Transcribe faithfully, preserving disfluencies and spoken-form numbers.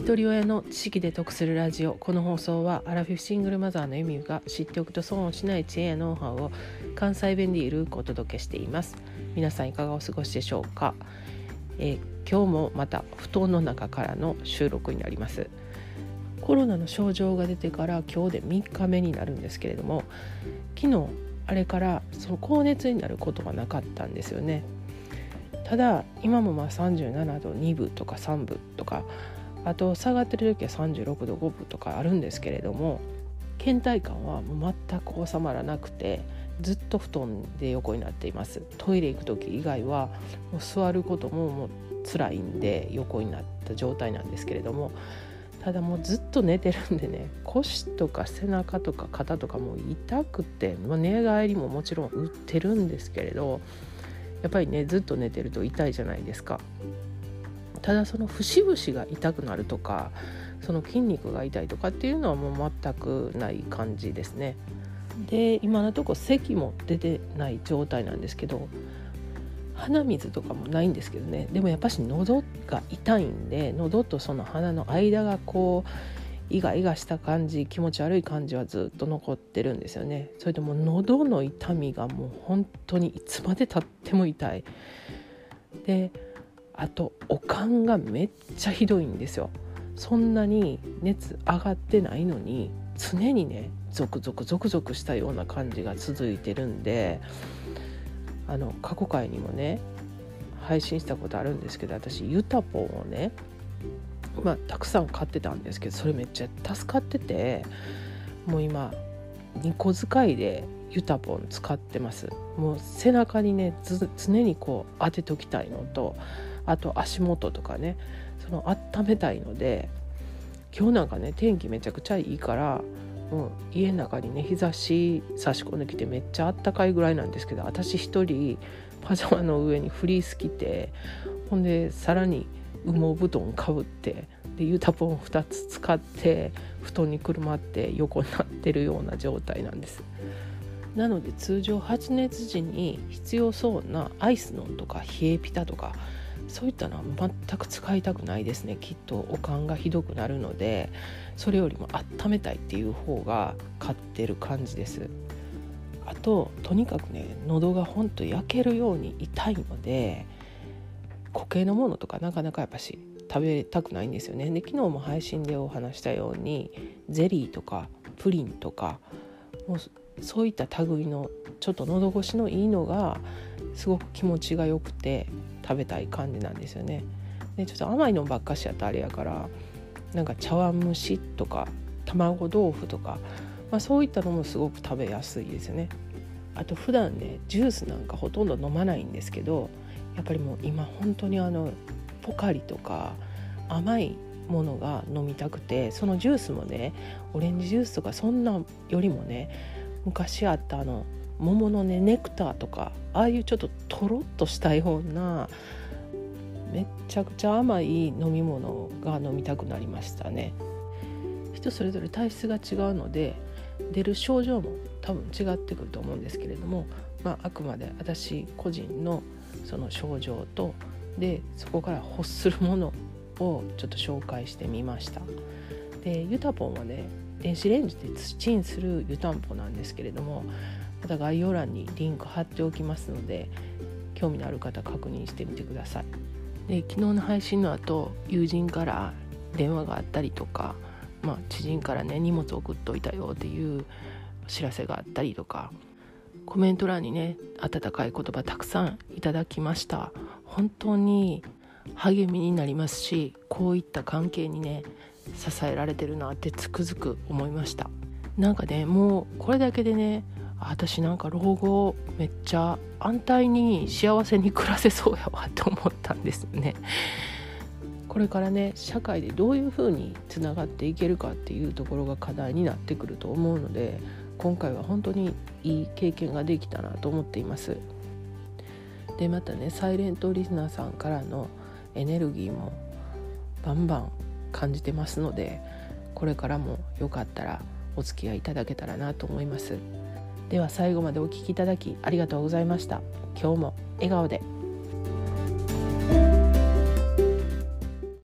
一人親の知識で得するラジオ。この放送はアラフィフシングルマザーのエミューが知っておくと損をしない知恵やノウハウを関西弁でゆるくお届けしています。皆さんいかがお過ごしでしょうか。えー、今日もまた布団の中からの収録になります。コロナの症状が出てから今日でみっかめになるんですけれども、昨日あれからその高熱になることがなかったんですよね。ただ今もまあさんじゅうななどにぶとかさんぶとか、あと下がってる時はさんじゅうろくどごぶとかあるんですけれども、倦怠感はもう全く収まらなくて、ずっと布団で横になっています。トイレ行く時以外はもう座ることももう辛いんで横になった状態なんですけれども、ただもうずっと寝てるんでね、腰とか背中とか肩とかも痛くて、まあ、寝返りももちろん打ってるんですけれど、やっぱりねずっと寝てると痛いじゃないですか。ただその節々が痛くなるとか、その筋肉が痛いとかっていうのはもう全くない感じですね。で今のところ咳も出てない状態なんですけど、鼻水とかもないんですけどね。でもやっぱし喉が痛いんで、喉とその鼻の間がこうイガイガした感じ、気持ち悪い感じはずっと残ってるんですよね。それでも喉の痛みがもう本当にいつまで経っても痛いで、あと悪寒がめっちゃひどいんですよ。そんなに熱上がってないのに常にねゾクゾクゾクゾクしたような感じが続いてるんで、あの過去回にもね配信したことあるんですけど、私ユタポンをね、まあ、たくさん買ってたんですけど、それめっちゃ助かってて、もう今にこ使いでユタポン使ってます。もう背中にねず常にこう当てときたいのと、あと足元とかね、その温めたいので、今日なんかね天気めちゃくちゃいいから、もう家の中にね日差し差し込んできてめっちゃあったかいぐらいなんですけど、私一人パジャマの上にフリース着て、ほんでさらに羽毛布団かぶって、でユタポンふたつ使って布団にくるまって横になってるような状態なんです。なので通常発熱時に必要そうなアイスノンとか冷えピタとか、そういったのは全く使いたくないですね。きっと悪寒がひどくなるので、それよりも温めたいっていう方が勝ってる感じです。あととにかくね喉がほんと焼けるように痛いので、固形のものとかなかなかやっぱし食べたくないんですよね。で昨日も配信でお話したようにゼリーとかプリンとか、もうそういった類のちょっと喉越しのいいのがすごく気持ちが良くて食べたい感じなんですよね。でちょっと甘いのばっかしやったらあれやから、なんか茶碗蒸しとか卵豆腐とか、まあ、そういったのもすごく食べやすいですよね。あと普段ねジュースなんかほとんど飲まないんですけど、やっぱりもう今本当にあのポカリとか甘いものが飲みたくて、そのジュースもねオレンジジュースとかそんなよりもね、昔あったあの桃のねネクターとか、ああいうちょっととろっとしたようなめっちゃくちゃ甘い飲み物が飲みたくなりましたね。人それぞれ体質が違うので出る症状も多分違ってくると思うんですけれども、まあ、あくまで私個人のその症状とで、そこから欲するものをちょっと紹介してみました。でユタポンはね電子レンジでチンする湯たんぽなんですけれども、また概要欄にリンク貼っておきますので、興味のある方確認してみてください。で昨日の配信の後、友人から電話があったりとか、まあ、知人からね荷物送っといたよっていうお知らせがあったりとか、コメント欄にね温かい言葉たくさんいただきました。本当に励みになりますし、こういった関係にね支えられてるなってつくづく思いました。なんかねもうこれだけでね、私なんか老後めっちゃ安泰に幸せに暮らせそうやわって思ったんですよね。これからね社会でどういうふうにつながっていけるかっていうところが課題になってくると思うので、今回は本当にいい経験ができたなと思っています。でまたねサイレントリスナーさんからのエネルギーもバンバン感じてますので、これからもよかったらお付き合いいただけたらなと思います。では最後までお聞きいただきありがとうございました。今日も笑顔で。